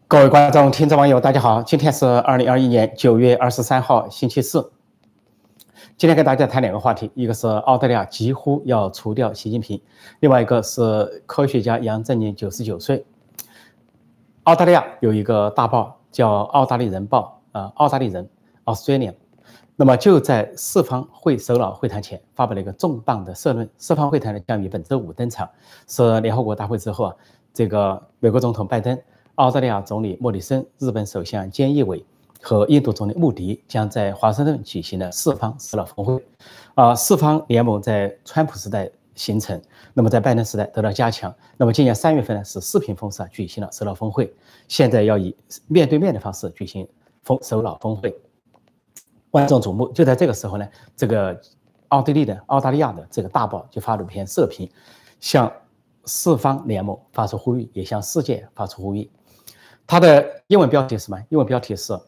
各位观众、听众、网友，大家好！今天是2021年9月23号，星期四。今天跟大家谈两个话题，一个是澳大利亚几乎要除掉习近平，另外一个是科学家杨振宁99岁。澳大利亚有一个大报叫《澳大利人报》，澳大利人 （Australian）。那么就在四方会首脑会谈前发布了一个重磅的社论。四方会谈呢将于本周五登场，是联合国大会之后这个美国总统拜登、澳大利亚总理莫里森、日本首相菅义伟和印度总理莫迪将在华盛顿举行的四方首脑峰会。四方联盟在川普时代形成，那么在拜登时代得到加强。那么今年3月份呢，是视频方式举行了首脑峰会，现在要以面对面的方式举行首脑峰会，万众瞩目。就在这个时候呢，这个澳大利亚的这个大报就发了一篇社评，向四方联盟发出呼吁，也向世界发出呼吁。它的英文标题是什么？英文标题是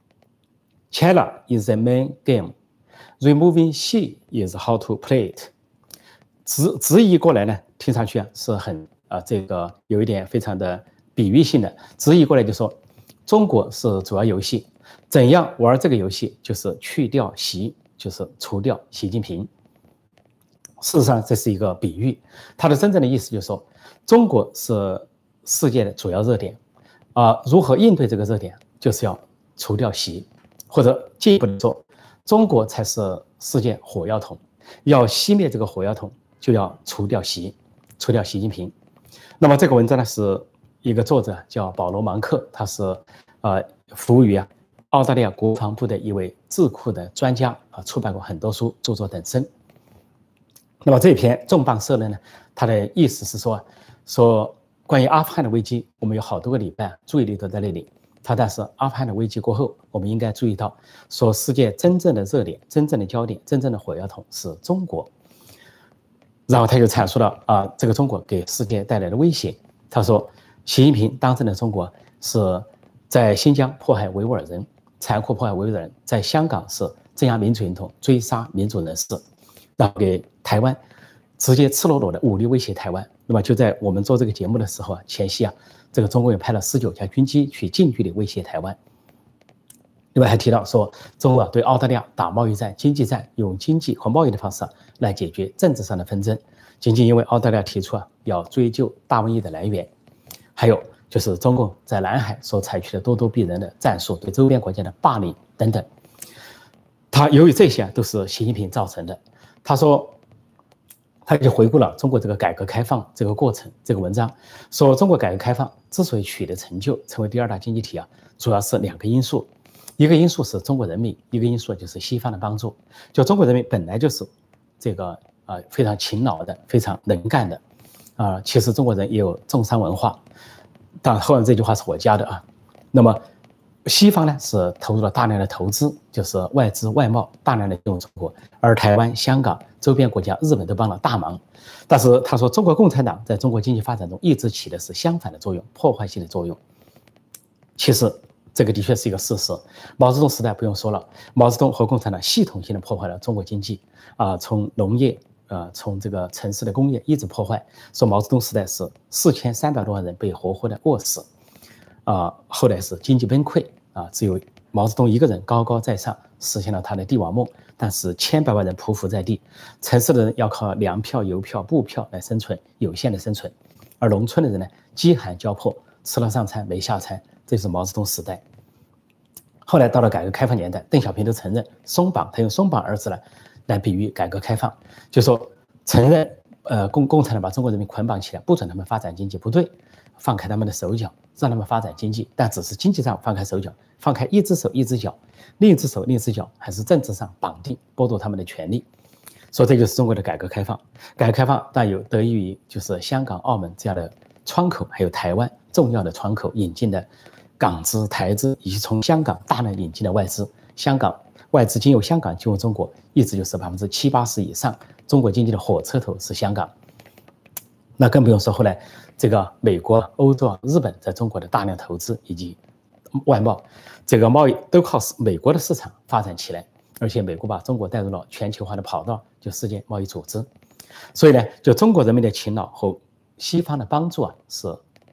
China is the main game, removing Xi is how to play it。直译过来呢，听上去是很这个有一点非常的比喻性的。直译过来就说，中国是主要游戏，怎样玩这个游戏就是去掉习，就是除掉习近平。事实上，这是一个比喻，它的真正的意思就是说，中国是世界的主要热点，如何应对这个热点，就是要除掉习，或者进一步的说，中国才是世界火药桶，要熄灭这个火药桶，就要除掉习近平。那么这个文章呢，是一个作者叫保罗芒克，他是服务于澳大利亚国防部的一位智库的专家，出版过很多书，著作等身。那么这篇重磅社论呢，它的意思是说关于阿富汗的危机，我们有好多个礼拜注意力都在那里。但是阿富汗的危机过后，我们应该注意到，说世界真正的热点、真正的焦点、真正的火药桶是中国。然后他就阐述了这个中国给世界带来的威胁。他说，习近平当政的中国是在新疆迫害维吾尔人，残酷迫害维吾尔人；在香港是镇压民主运动，追杀民主人士，然后给台湾直接赤裸裸的武力威胁台湾。那么就在我们做这个节目的时候前夕这个中国也派了19架军机去近距离威胁台湾。另外还提到说，中国对澳大利亚打贸易战、经济战，用经济和贸易的方式来解决政治上的纷争。仅仅因为澳大利亚提出要追究大瘟疫的来源，还有就是中共在南海所采取的咄咄逼人的战术，对周边国家的霸凌等等。他由于这些都是习近平造成的。他说，他就回顾了中国这个改革开放这个过程，这个文章说，中国改革开放之所以取得成就，成为第2大经济体主要是2个因素，一个因素是中国人民，一个因素就是西方的帮助。就中国人民本来就是这个非常勤劳的，非常能干的其实中国人也有重商文化，当然后面这句话是我加的那么西方呢是投入了大量的投资，就是外资外贸大量的进入中国，而台湾、香港周边国家、日本都帮了大忙。但是他说，中国共产党在中国经济发展中一直起的是相反的作用，破坏性的作用。其实这个的确是一个事实。毛泽东时代不用说了，毛泽东和共产党系统性的破坏了中国经济从农业从这个城市的工业一直破坏。说毛泽东时代是4300多万人被活活的饿死后来是经济崩溃只有毛泽东一个人高高在上，实现了他的帝王梦。但是千百万人匍匐在地，城市的人要靠粮票、邮票、布票来生存，有限的生存；而农村的人呢，饥寒交迫，吃了上餐没下餐。这是毛泽东时代。后来到了改革开放年代，邓小平都承认松绑，他用松绑二字来比喻改革开放，就说承认共产党把中国人民捆绑起来，不准他们发展经济，不对，放开他们的手脚，让他们发展经济，但只是经济上放开手脚，放开一只手一只脚，另一只手另一只脚还是政治上绑定，剥夺他们的权利。所以这就是中国的改革开放。改革开放但有得益于就是香港、澳门这样的窗口，还有台湾重要的窗口引进的港资、台资，以及从香港大量引进的外资。香港外资经由香港进入中国，一直就是70%、80%以上。中国经济的火车头是香港。那更不用说后来这个美国、欧洲、日本在中国的大量投资以及外贸，这个贸易都靠美国的市场发展起来，而且美国把中国带入了全球化的跑道，就世界贸易组织。所以呢，就中国人民的勤劳和西方的帮助是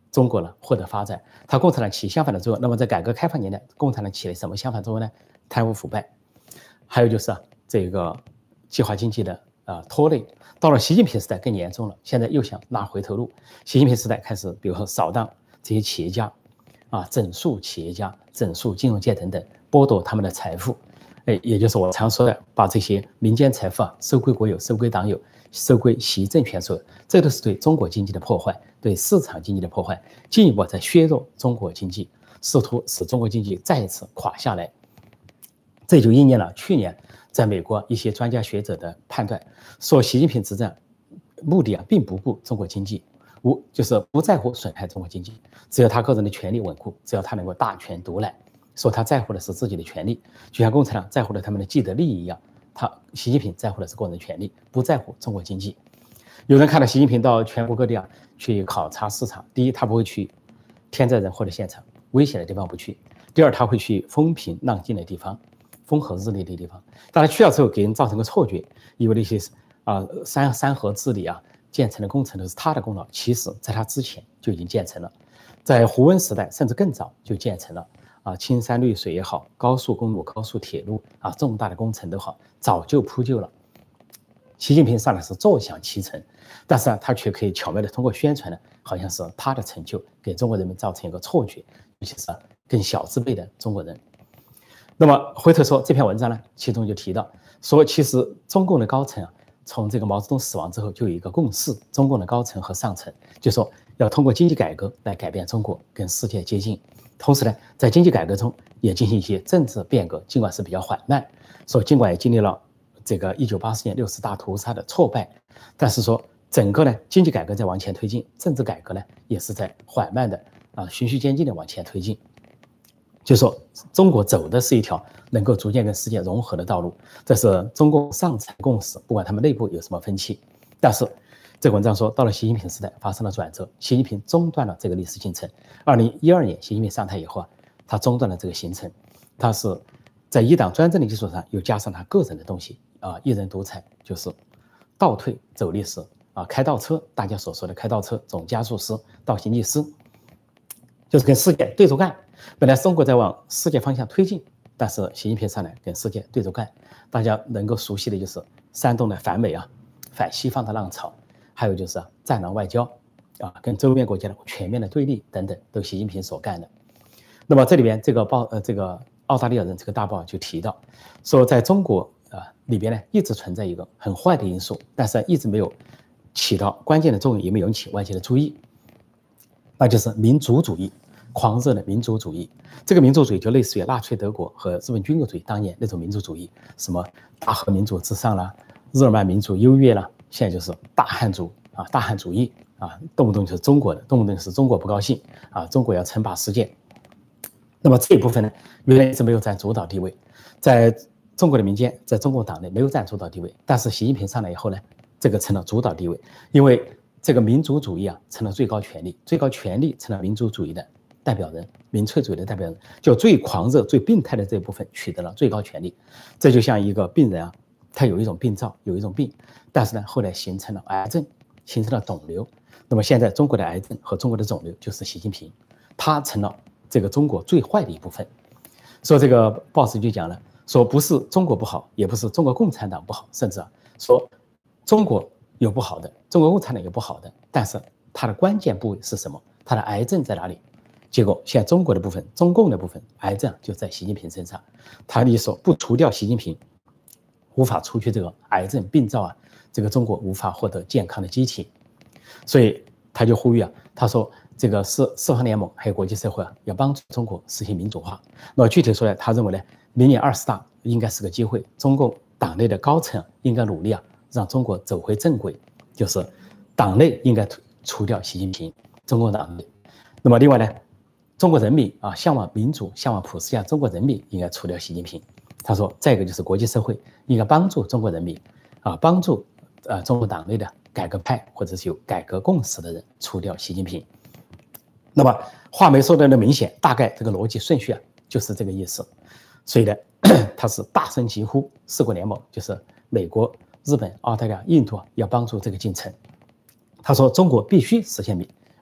中国呢获得发展。它共产党起相反的作用。那么在改革开放年代，共产党起了什么相反作用呢？贪污腐败，还有就是这个计划经济的拖累。到了习近平时代更严重了，现在又想拉回头路。习近平时代开始，比如说扫荡这些企业家，整肃企业家，整肃金融界等等，剥夺他们的财富。也就是我常说的，把这些民间财富收归国有，收归党有，收归习政权所有，这都是对中国经济的破坏，对市场经济的破坏，进一步在削弱中国经济，试图使中国经济再一次垮下来。这就应验了去年在美国一些专家学者的判断，说习近平执政目的并不顾中国经济，就是不在乎损害中国经济，只要他个人的权力稳固，只要他能够大权独揽。说他在乎的是自己的权利，就像共产党在乎的他们的既得利益一样，习近平在乎的是个人的权利，不在乎中国经济。有人看到习近平到全国各地去考察视察，第一，他不会去天灾人祸的现场，危险的地方不去；第二，他会去风平浪静的地方，风和日丽的地方。当他去了之后，给人造成个错觉，以为那些山河治理建成的工程都是他的功劳，其实在他之前就已经建成了，在胡温时代甚至更早就建成了。青山绿水也好，高速公路、高速铁路重大的工程都好，早就铺就了。习近平上来是坐享其成，但是他却可以巧妙的通过宣传好像是他的成就，给中国人民造成一个错觉，尤其是更小字辈的中国人。那么回头说这篇文章呢，其中就提到说，其实中共的高层从这个毛泽东死亡之后就有一个共识，中共的高层和上层就说要通过经济改革来改变中国，跟世界接近。同时呢，在经济改革中也进行一些政治变革，尽管是比较缓慢，说尽管也经历了这个1980年60大屠杀的挫败，但是说整个经济改革在往前推进，政治改革也是在缓慢的循序渐进的往前推进。就说中国走的是一条能够逐渐跟世界融合的道路，这是中共上层共识，不管他们内部有什么分歧。但是这个文章说，到了习近平时代发生了转折，习近平中断了这个历史进程。2012年习近平上台以后他中断了这个行程，他是在一党专政的基础上又加上他个人的东西一人独裁，就是倒退走历史开倒车，大家所说的开倒车，总加速师、倒行逆施，就是跟世界对着干。本来中国在往世界方向推进，但是习近平上来跟世界对着干。大家能够熟悉的就是煽动的反美反西方的浪潮，还有就是战狼外交跟周边国家的全面的对立等等，都习近平所干的。那么这里边这个澳大利亚人这个大报就提到说，在中国里边一直存在一个很坏的因素，但是一直没有起到关键的作用，也没有引起外界的注意，那就是民族主义，狂热的民族主义。这个民族主义就类似于纳粹德国和日本军国主义当年那种民族主义，什么大和民族至上啦，日耳曼民族优越啦，现在就是大汉族大汉主义动不动就是中国的，动不动就是中国不高兴中国要称霸世界。那么这一部分原来一直没有占主导地位，在中国的民间，在中国党内没有占主导地位，但是习近平上来以后这个成了主导地位，因为这个民族主义成了最高权力，最高权力成了民族主义的代表人，民粹主义的代表人，就最狂热、最病态的这一部分取得了最高权力。这就像一个病人他有一种病灶，有一种病，但是后来形成了癌症，形成了肿瘤。那么现在中国的癌症和中国的肿瘤就是习近平，他成了这个中国最坏的一部分。所以这个报纸就讲了，说不是中国不好，也不是中国共产党不好，甚至说中国有不好的，中国共产党有不好的，但是它的关键部位是什么？它的癌症在哪里？结果现在中国的部分，中共的部分，癌症就在习近平身上。他一说不除掉习近平，无法除去这个癌症病灶这个中国无法获得健康的机体。所以他就呼吁他说这个四方联盟还有国际社会要帮助中国实现民主化。那么具体说他认为明年20大应该是个机会，中共党内的高层应该努力让中国走回正轨，就是党内应该除掉习近平，中共党内。那么另外中国人民向往民主，向往普世价，中国人民应该除掉习近平。他说再一个就是国际社会应该帮助中国人民帮助中国党内的改革派或者是有改革共识的人除掉习近平。那么话没说的那明显，大概这个逻辑顺序就是这个意思。所以他是大声疾呼四国联盟，就是美国、日本、澳大利亚、印度要帮助这个进程。他说中国必须实现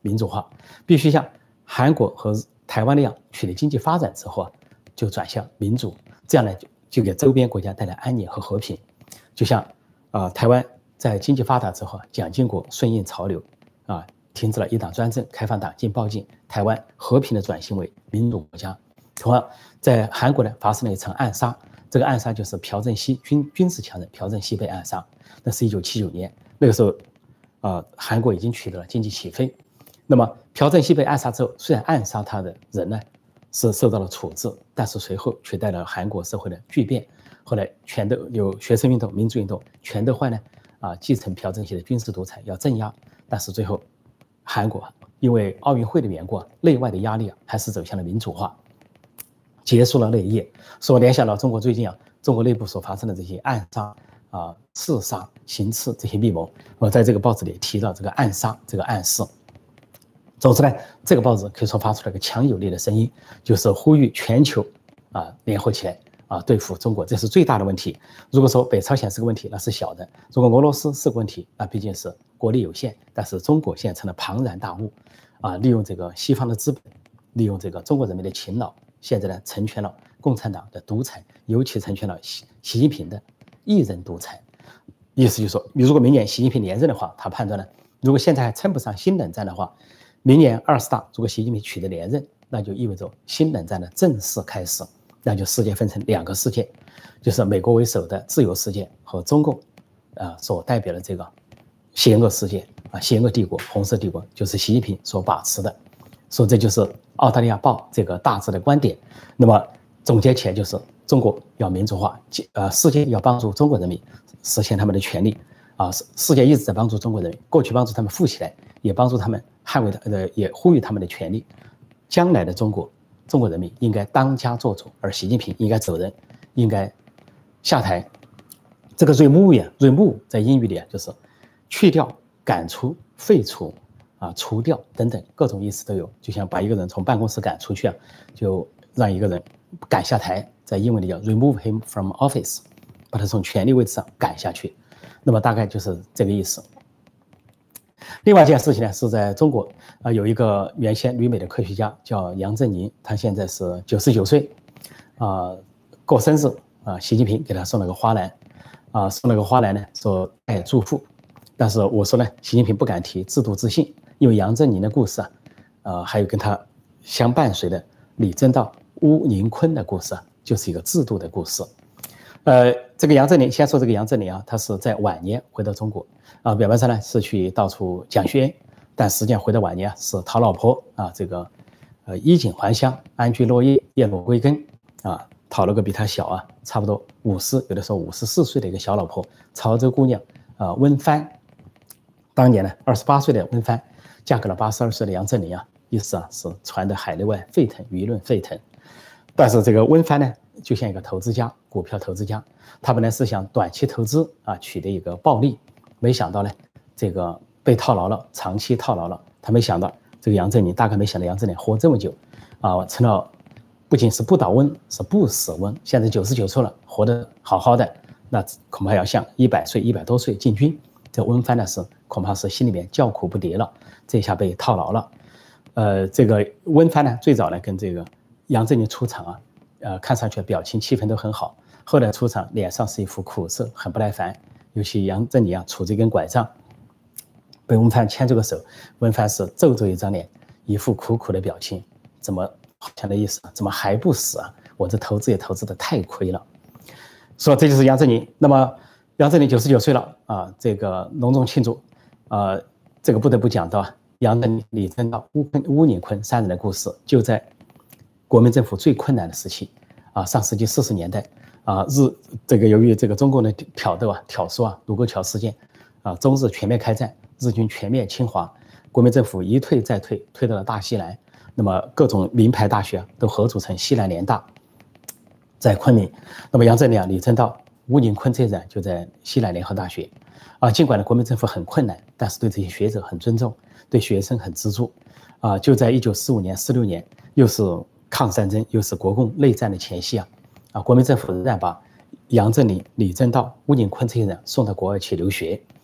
民主化，必须像韩国和台湾那样取得经济发展之后就转向民主，这样呢就给周边国家带来安宁和和平。就像台湾在经济发达之后，蒋经国顺应潮流停止了一党专政，开放党禁报禁，台湾和平的转型为民主国家。同样，在韩国呢发生了一场暗杀，这个暗杀就是朴正熙军事强人朴正熙被暗杀，那是1979年，那个时候韩国已经取得了经济起飞。那么朴正熙被暗杀之后，虽然暗杀他的人呢是受到了处置，但是随后却带来了韩国社会的巨变。后来全都有学生运动、民主运动，全斗焕呢继承朴正熙的军事独裁，要镇压，但是最后韩国因为奥运会的缘故内外的压力还是走向了民主化，结束了那一页。所以我联想到中国最近中国内部所发生的这些暗杀刺杀、行刺这些密谋，我在这个报纸里提到这个暗杀这个暗示。总之呢，这个报纸可以说发出了一个强有力的声音，就是呼吁全球联合起来对付中国，这是最大的问题。如果说北朝鲜是个问题，那是小的；如果俄罗斯是个问题，那毕竟是国力有限。但是中国现在成了庞然大物利用这个西方的资本，利用这个中国人民的勤劳，现在呢成全了共产党的独裁，尤其成全了习近平的一人独裁。意思就是说，如果明年习近平连任的话，他判断呢，如果现在还称不上新冷战的话，明年20大如果习近平取得连任，那就意味着新冷战的正式开始。那就世界分成2个世界，就是美国为首的自由世界和中共所代表的这个邪恶世界邪恶帝国、红色帝国，就是习近平所把持的。所以这就是澳大利亚报这个大致的观点。那么总结起来就是，中国要民主化，世界要帮助中国人民实现他们的权利世界一直在帮助中国人民，过去帮助他们富起来，也帮助他们捍卫也呼吁他们的权利。将来的中国人民应该当家作主，而习近平应该走人，应该下台。这个 remove 在英语里就是去掉、赶出、废除除掉等等各种意思都有，就像把一个人从办公室赶出去就让一个人赶下台，在英文里叫 remove him from office， 把他从权力位置上赶下去。那么大概就是这个意思。另外一件事情呢，是在中国有一个原先旅美的科学家叫杨振宁，他现在是99岁过生日习近平给他送了个花篮送了个花篮呢，说带祝福。但是我说呢，习近平不敢提自度自信，因为杨振宁的故事还有跟他相伴随的李政道、邬宁坤的故事就是一个制度的故事。这个杨振宁，先说这个杨振宁他是在晚年回到中国表面上呢是去到处讲学，但实际上回到晚年是讨老婆这个衣锦还乡、安居乐业、叶落归根讨了个比他小差不多50，有的时候54岁的一个小老婆，潮州姑娘温帆。当年呢28岁的温帆嫁给了82岁的杨振宁意思是传得海内外沸腾，舆论沸腾。但是这个温帆呢，就像一个投资家，股票投资家，他本来是想短期投资取得一个暴利，没想到呢，这个被套牢了，长期套牢了。他没想到这个杨振宁，大概没想到杨振宁活这么久成了不仅是不倒翁，是不死翁。现在99岁了，活得好好的，那恐怕要向100岁、100多岁进军。这温帆呢恐怕是心里面叫苦不迭了，这下被套牢了。这个温帆呢，最早呢跟这个杨振宁出场看上去表情气氛都很好，后来出场脸上是一副苦色，很不耐烦。尤其杨振宁杵着一根拐杖，被温帆牵着个手，温帆是皱着一张脸，一副苦苦的表情，怎么好像的意思怎么还不死我这投资也投资的太亏了。所以这就是杨振宁。那么杨振宁99岁了这个隆重庆祝这个不得不讲到杨振宁、李政道、邬宁坤3人的故事，就在国民政府最困难的时期上世纪40年代这个由于这个中共的挑唆卢沟桥事件中日全面开战，日军全面侵华，国民政府一退再退，退到了大西南。那么各种名牌大学都合组成西南联大，在昆明。那么杨振宁、李政道、邬宁坤这些人就在西南联合大学尽管呢国民政府很困难，但是对这些学者很尊重，对学生很资助就在1945年、46年，又是抗战争，又是国共内战的前夕国民政府仍然把杨振宁、李政道、邬宁坤这些人送到国外去留学。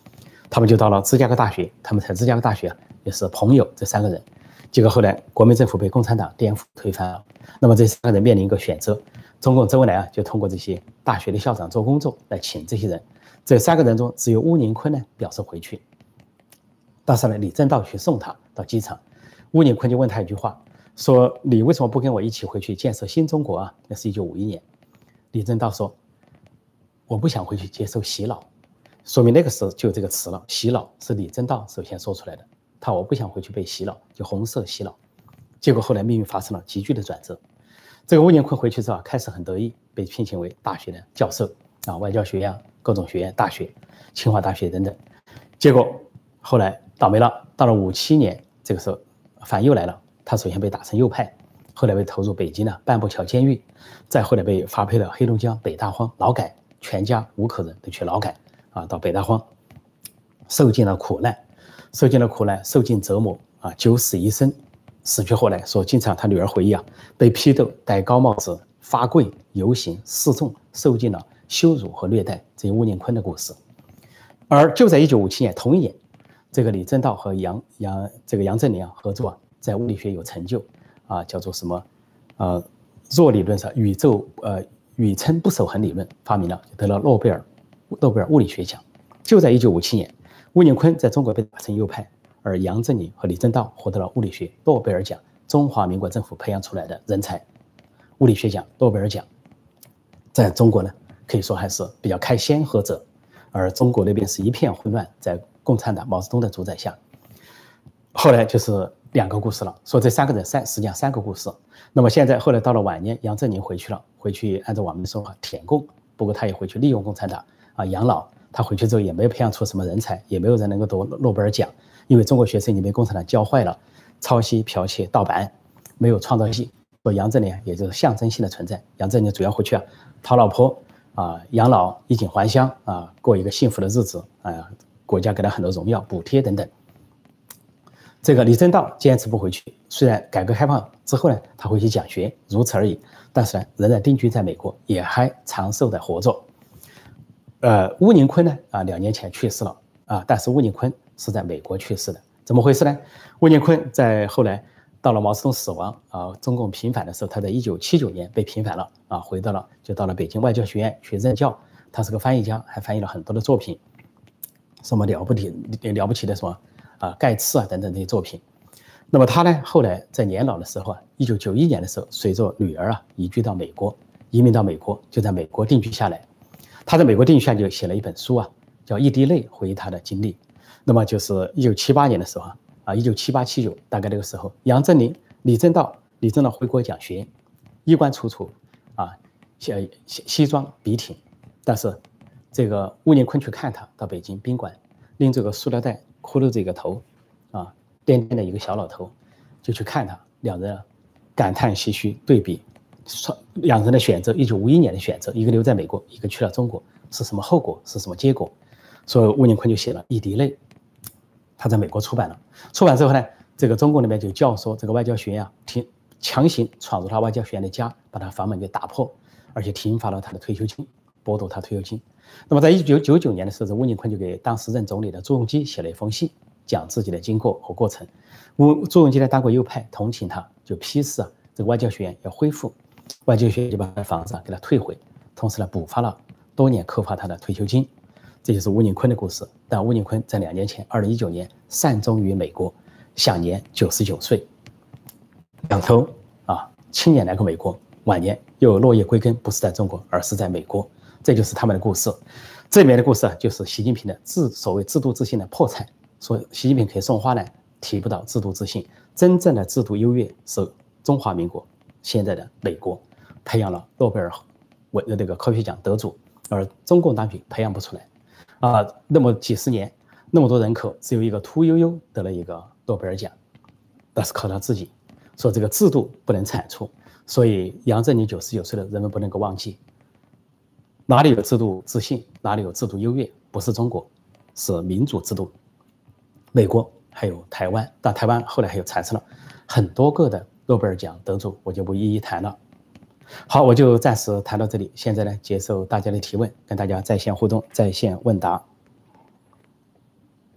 他们就到了芝加哥大学，他们在芝加哥大学也是朋友，这3个人。结果后来国民政府被共产党颠覆推翻了，那么这3个人面临一个选择，中共周恩来就通过这些大学的校长做工作来请这些人，这3个人中只有邬宁坤呢表示回去，当时呢李政道去送他到机场，邬宁坤就问他一句话，说你为什么不跟我一起回去建设新中国啊？那是1951年，李政道说我不想回去接受洗脑，说明那个时候就有这个词了，洗脑是李政道首先说出来的。我不想回去被洗脑，就红色洗脑。结果后来命运发生了急剧的转折。这个邬宁坤回去之后开始很得意，被聘请为大学的教授外交学院、各种学院、大学、清华大学等等。结果后来倒霉了，到了57年，这个时候反右来了，他首先被打成右派，后来被投入北京的半步桥监狱，再后来被发配了黑龙江北大荒劳改，全家5口人都去劳改到北大荒，受尽了苦难。受尽折磨九死一生。死去后来说，经常他女儿回忆被批斗、戴高帽子、罚跪、游行、示众，受尽了羞辱和虐待，这是邬宁坤的故事。而就在1957年同一年，这个李政道和杨振宁合作在物理学有成就叫做什么弱理论上宇宙宇称不守恒理论发明了，就得了诺贝尔物理学奖。就在1957年。邬宁坤在中国被打成右派，而杨振宁和李政道获得了物理学诺贝尔奖，中华民国政府培养出来的人才，物理学奖、诺贝尔奖，在中国呢可以说还是比较开先河者，而中国那边是一片混乱，在共产党毛泽东的主宰下。后来就是2个故事了，说这3个人实际上3个故事。那么现在后来到了晚年，杨振宁回去了，回去按照我们的说法舔共，不过他也回去利用共产党养老。他回去之后也没有培养出什么人才，也没有人能够得诺贝尔奖，因为中国学生已经被共产党教坏了，抄袭、剽窃、盗版，没有创造性。说杨振宁也就是象征性的存在，杨振宁主要回去讨老婆养老、衣锦还乡过一个幸福的日子国家给他很多荣耀、补贴等等。这个李政道坚持不回去，虽然改革开放之后呢，他回去讲学，如此而已，但是呢，仍然定居在美国，也还长寿的活着。邬宁坤呢2年前去世了但是邬宁坤是在美国去世的，怎么回事呢？邬宁坤在后来到了毛泽东死亡中共平反的时候，他在1979年被平反了就到了北京外交学院去任教。他是个翻译家，还翻译了很多的作品，什么了不起的什么盖茨等等这些作品。那么他呢后来在年老的时候1991年的时候，随着女儿移民到美国，就在美国定居下来。他在美国定居下就写了一本书叫《一滴泪》，回忆他的经历。那么就是1978年的时候1978、79大概这个时候，杨振宁、李政道回国讲学，衣冠楚楚西装笔挺，但是这个邬宁坤去看他，到北京宾馆，拎着个塑料袋，骷髅这个头颠颠的一个小老头，就去看他，两人感叹唏嘘对比。两人的选择，1951年的选择，一个留在美国，一个去了中国，是什么后果？是什么结果？所以邬宁坤就写了《一滴泪》，他在美国出版了。出版之后呢，这个中国那边就教唆这个外交学院强行闯入他外交学院的家，把他房门给打破，而且停发了他的退休金，剥夺他退休金。那么在1999年的时候，邬宁坤就给当时任总理的朱镕基写了一封信，讲自己的经过和过程。朱镕基呢当过右派，同情他，就批示这个外交学院要恢复。外交学院就把他的房子给他退回，同时呢补发了多年扣发他的退休金。这就是邬宁坤的故事。但邬宁坤在2年前，2019年善终于美国，享年99岁。两头青年来过美国，晚年又落叶归根，不是在中国，而是在美国。这就是他们的故事。这里面的故事就是习近平的所谓制度自信的破产。说习近平可以送花呢，提不到制度自信。真正的制度优越是中华民国。现在的美国培养了诺贝尔这个科学奖得主，而中共当局培养不出来那么几十年，那么多人口，只有一个屠呦呦得了一个诺贝尔奖，那是靠他自己。说这个制度不能铲除，所以杨振宁99岁了，人们不能够忘记，哪里有制度自信，哪里有制度优越，不是中国，是民主制度。美国还有台湾，但台湾后来还有产生了很多个的诺贝尔奖得主，我就不一一谈了。好，我就暂时谈到这里。现在呢，接受大家的提问，跟大家在线互动、在线问答。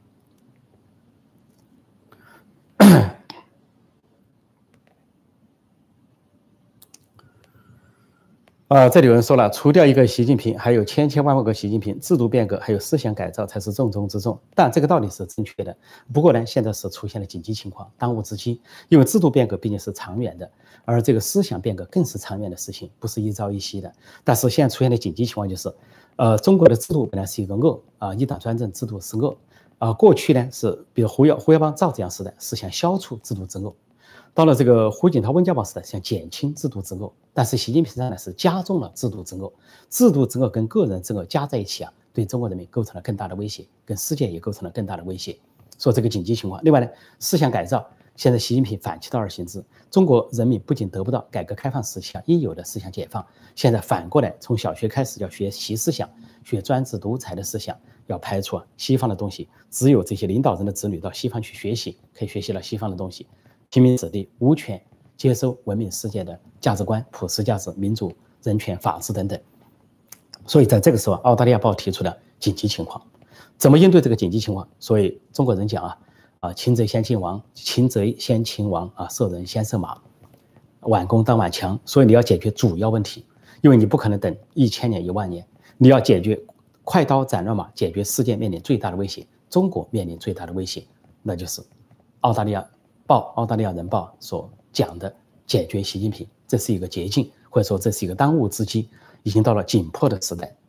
这里有人说了，除掉一个习近平，还有千千万万个习近平，制度变革还有思想改造才是重中之重。但这个道理是正确的。不过呢，现在是出现了紧急情况，当务之急，因为制度变革毕竟是长远的，而这个思想变革更是长远的事情，不是一朝一夕的。但是现在出现的紧急情况就是，中国的制度本来是一个恶一党专政制度是恶过去呢是比如胡耀邦、赵子阳时代是想消除制度之恶。到了这个胡锦涛、温家宝时代，想减轻制度之恶，但是习近平时代呢是加重了制度之恶，制度之恶跟个人之恶加在一起对中国人民构成了更大的威胁，跟世界也构成了更大的威胁。说这个紧急情况，另外呢，思想改造，现在习近平反其道而行之，中国人民不仅得不到改革开放时期应有的思想解放，现在反过来从小学开始要学习思想，学专制独裁的思想，要排除西方的东西，只有这些领导人的子女到西方去学习，可以学习到西方的东西。平民子弟无权接收文明世界的价值观、普世价值、民主、人权、法治等等。所以在这个时候，澳大利亚报提出了紧急情况，怎么应对这个紧急情况？所以中国人讲擒贼先擒王，擒贼先擒王射人先射马，挽弓当挽强。所以你要解决主要问题，因为你不可能等1000年、10000年，你要解决快刀斩乱麻，解决世界面临最大的威胁，中国面临最大的威胁，那就是澳大利亚人报所讲的解决习近平，这是一个捷径，或者说这是一个当务之急，已经到了紧迫的时代。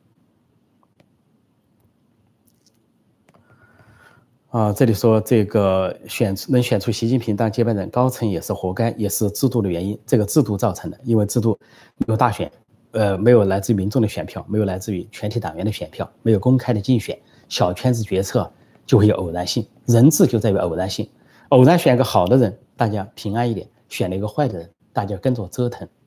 这里说这个能选出习近平当接班人，高层也是活该，也是制度的原因，这个制度造成的，因为制度没有大选，没有来自于民众的选票，没有来自于全体党员的选票，没有公开的竞选，小圈子决策就会有偶然性，人治就在于偶然性。偶然选一个好的人，大家平安一点；选了一个坏的人，大家跟着折腾。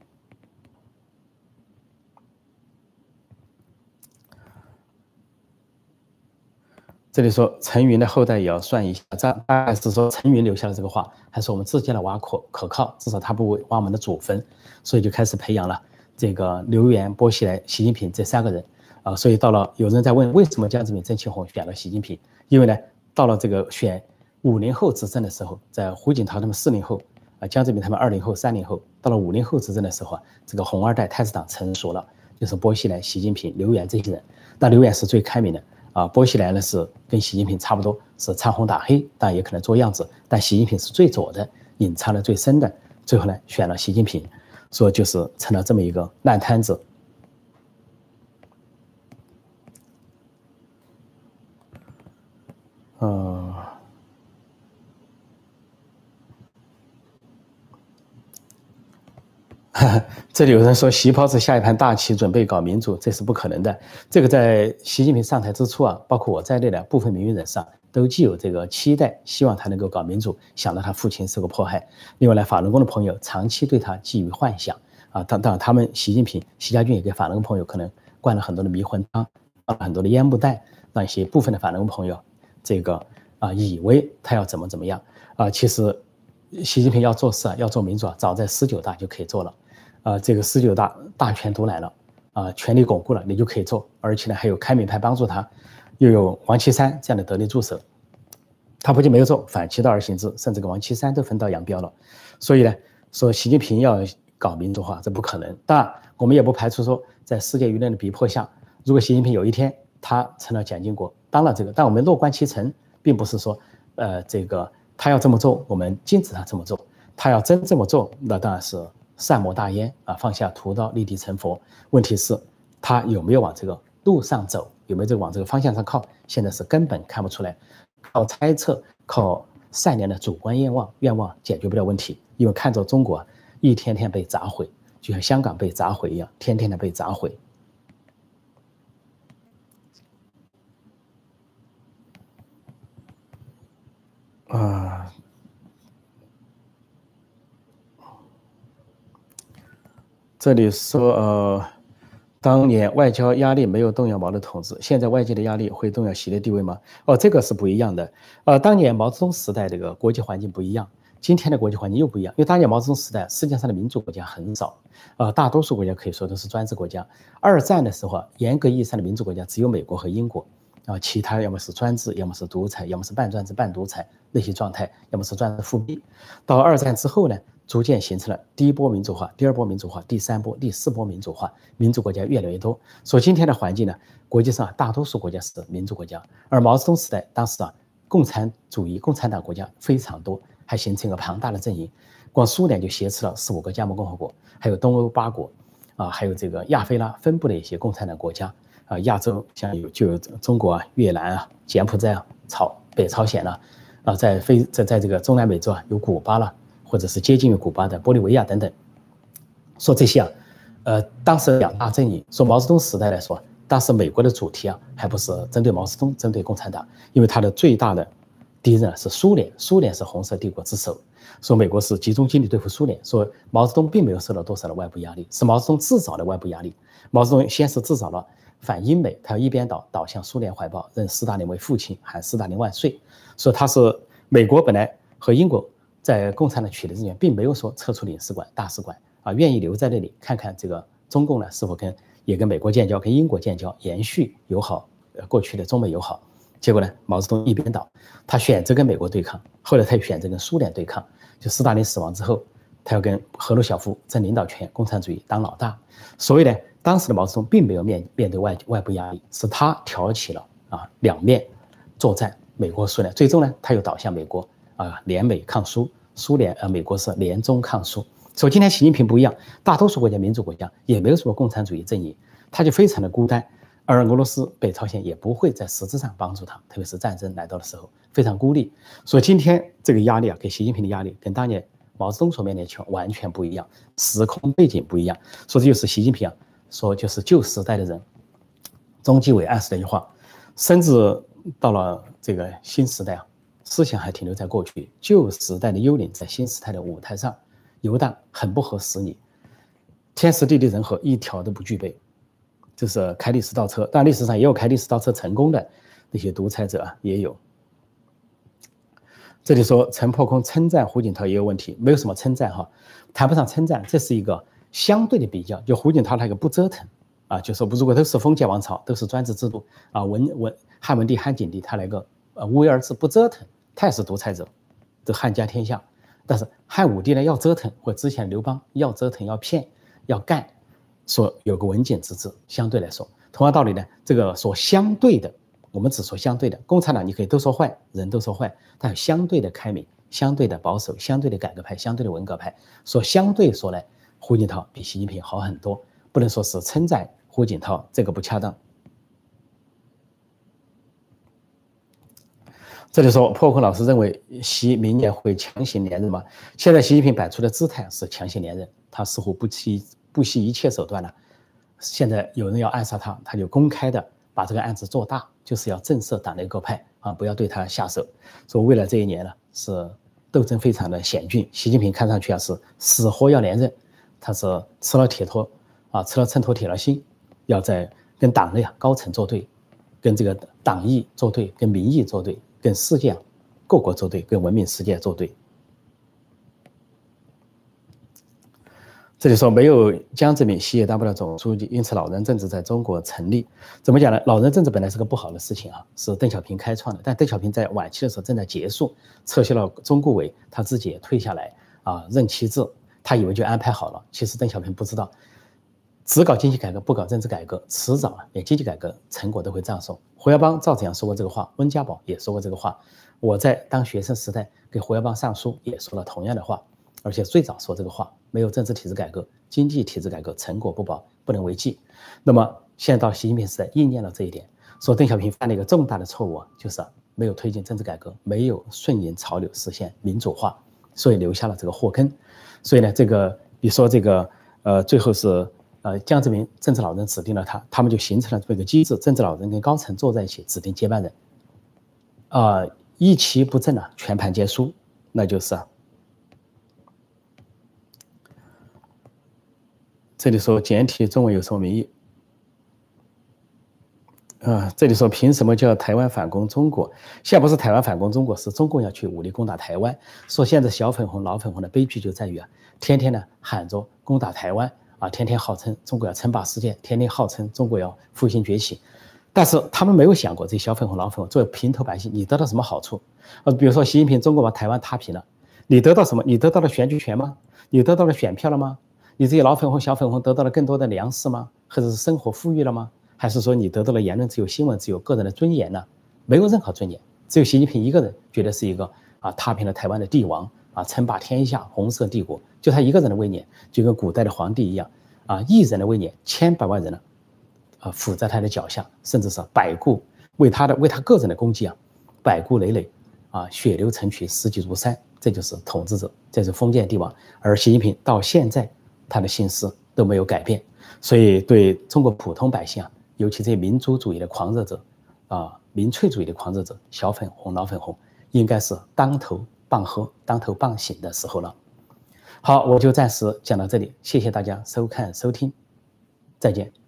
这里说陈云的后代也要算一下账，大概是说陈云留下了这个话，还是我们自己来挖可靠，至少他不会挖我们的祖坟，所以就开始培养了这个刘源、薄熙来、习近平这3个人所以到了有人在问，为什么江泽民、郑庆红选了习近平？因为呢，到了这个选50后执政的时候，在胡锦涛他们40后江泽民他们20后、30后，到了50后执政的时候这个红2代太子党成熟了，就是薄熙来、习近平、刘源这些人。那刘源是最开明的薄熙来呢是跟习近平差不多，是唱红打黑，但也可能做样子。但习近平是最左的，隐藏的最深的。最后呢，选了习近平，说就是成了这么一个烂摊子。这里有人说习抛是下一盘大棋，准备搞民主，这是不可能的。这个在习近平上台之初包括我在内的部分民运人士都既有这个期待，希望他能够搞民主，想到他父亲是个迫害。另外呢，法轮功的朋友长期对他寄予幻想当然他们习家军也给法轮功朋友可能灌了很多的迷魂汤，放了很多的烟幕弹，让一些部分的法轮功朋友这个以为他要怎么样其实习近平要做事要做民主早在19大就可以做了。这个19大大权独揽了权力巩固了，你就可以做，而且呢还有开明派帮助他，又有王岐山这样的得力助手，他不仅没有做，反其道而行之，甚至跟王岐山都分道扬镳了。所以呢，说习近平要搞民主化，这不可能。当然，我们也不排除说，在世界舆论的逼迫下，如果习近平有一天他成了蒋经国，当了这个，但我们乐观其成，并不是说这个他要这么做，我们禁止他这么做。他要真这么做，那当然是善莫大焉放下屠刀立地成佛。问题是，他有没有往这个路上走，有没有往这个方向上靠？现在是根本看不出来。靠猜测，靠善良的主观愿望解决不了问题，因为看着中国一天天被砸毁，就像香港被砸毁一样，天天的被砸毁。这里说当年外交压力没有动摇毛的统治，现在外界的压力会动摇习的地位吗？这个是不一样的。当年毛泽东时代这个国际环境不一样，今天的国际环境又不一样。因为当年毛泽东时代，世界上的民主国家很少，大多数国家可以说都是专制国家。2战的时候，严格意义上的民主国家只有美国和英国。 其他要么是专制，要么是独裁，要么是半专制半独裁那些状态，要么是专制复辟。到二战之后呢，逐渐形成了第一波民主化、第二波民主化、第三波、第四波民主化，民主国家越来越多。所以今天的环境呢，国际上大多数国家是民主国家，而毛泽东时代当时共产主义、共产党国家非常多，还形成一个庞大的阵营。光苏联就挟持了4、5个加盟共和国，还有东欧8国，还有这个亚非拉分布的一些共产党国家。亚洲像就有中国越南柬埔寨北朝鲜在这个中南美洲有古巴了，或者是接近于古巴的玻利维亚等等。说这些当时2大阵营。说毛泽东时代来说，当时美国的主题还不是针对毛泽东，针对共产党，因为他的最大的敌人是苏联，苏联是红色帝国之首。说美国是集中精力对付苏联，说毛泽东并没有受到多少的外部压力，是毛泽东制造的外部压力。毛泽东先是制造了反英美，他要一边倒向苏联怀抱，认斯大林为父亲，喊斯大林万岁。说他是美国本来和英国在共产党取得人员，并没有说撤出领事馆、大使馆愿意留在那里看看这个中共呢是否也跟美国建交，跟英国建交，延续友好过去的中美友好。结果呢，毛泽东一边倒，他选择跟美国对抗，后来他又选择跟苏联对抗。就斯大林死亡之后，他要跟赫鲁晓夫争领导权，共产主义当老大。所以呢，当时的毛泽东并没有面对外部压力，是他挑起了两面作战，美国和苏联。最终呢，他又倒向美国联美抗苏，美国是联中抗苏。所以今天习近平不一样，大多数国家民主国家也没有什么共产主义阵营，他就非常的孤单。而俄罗斯、北朝鲜也不会在实质上帮助他，特别是战争来到的时候非常孤立。所以今天这个压力给习近平的压力跟当年毛泽东所面临的情况完全不一样，时空背景不一样。所以这就是习近平说就是旧时代的人。中纪委暗示的一句话，甚至到了这个新时代思想还停留在过去，旧时代的幽灵在新时代的舞台上游荡，很不合时宜。天时地利人和一条都不具备。这是开历史倒车，但历史上也有开历史倒车成功的那些独裁者也有。这里说陈破空称赞胡锦涛也有问题，没有什么称赞谈不上称赞，这是一个相对的比较。就胡锦涛那个不折腾就说如果都是封建王朝，都是专制制度汉文帝、汉景帝他那个无为而治不折腾，他也是独裁者，这汉家天下。但是汉武帝呢要折腾，或之前刘邦要折腾、要骗、要干。说有个文景之治，相对来说，同样道理呢，这个说相对的，我们只说相对的。共产党你可以都说坏，人都说坏，但有相对的开明、相对的保守、相对的改革派、相对的文革派。说相对说来，胡锦涛比习近平好很多，不能说是称赞胡锦涛，这个不恰当。这里说破空老师认为习明年会强行连任吗？现在习近平摆出的姿态是强行连任，他似乎不惜一切手段了。现在有人要暗杀他，他就公开的把这个案子做大，就是要震慑党内各派不要对他下手。所以为了这一年呢，是斗争非常的险峻。习近平看上去是死活要连任，他是吃了秤砣铁了心，要在跟党内高层作对，跟这个党意作对，跟民意作对，跟世界各国作对，跟文明世界作对。这里说没有江泽民，习也当不了总书记，因此老人政治在中国成立。怎么讲呢？老人政治本来是个不好的事情是邓小平开创的，但邓小平在晚期的时候正在结束，撤销了中顾委，他自己也退下来任期制，他以为就安排好了。其实邓小平不知道，只搞经济改革不搞政治改革，迟早连经济改革成果都会葬送。胡耀邦、赵紫阳说过这个话，温家宝也说过这个话。我在当学生时代给胡耀邦上书也说了同样的话。而且最早说这个话，没有政治体制改革，经济体制改革成果不保，不能为继。那么现在到习近平时代应验了这一点，说邓小平犯了一个重大的错误就是没有推进政治改革，没有顺应潮流实现民主化，所以留下了这个祸根。所以呢，这个比如说这个最后是江泽民政治老人指定了他们就形成了这么一个机制，政治老人跟高层坐在一起指定接班人一期不正全盘皆输，那就是这里说简体中文有什么民意这里说凭什么叫台湾反攻中国？现在不是台湾反攻中国，是中共要去武力攻打台湾。说现在小粉红、老粉红的悲剧就在于天天喊着攻打台湾天天号称中国要称霸世界，天天号称中国要复兴崛起。 但是他们没有想过这些小粉红、老粉红作为平头百姓，你得到什么好处？比如说习近平中国把台湾踏平了，你得到什么？你得到了选举权吗？你得到了选票了吗？你这些老粉红、小粉红得到了更多的粮食吗？或者是生活富裕了吗？还是说你得到了言论自由、新闻自由、个人的尊严呢？没有任何尊严，只有习近平一个人觉得是一个踏平了台湾的帝王称霸天下红色帝国，就他一个人的威严，就跟古代的皇帝一样一人的威严，千百万人呢伏在他的脚下，甚至是百顾为他个人的功绩百顾累累血流成渠，尸体如山，这就是统治者，这是封建帝王。而习近平到现在他的心思都没有改变，所以对中国普通百姓尤其这些民族主义的狂热者民粹主义的狂热者，小粉红、老粉红，应该是当头棒喝、当头棒醒的时候了。好，我就暂时讲到这里，谢谢大家收看收听，再见。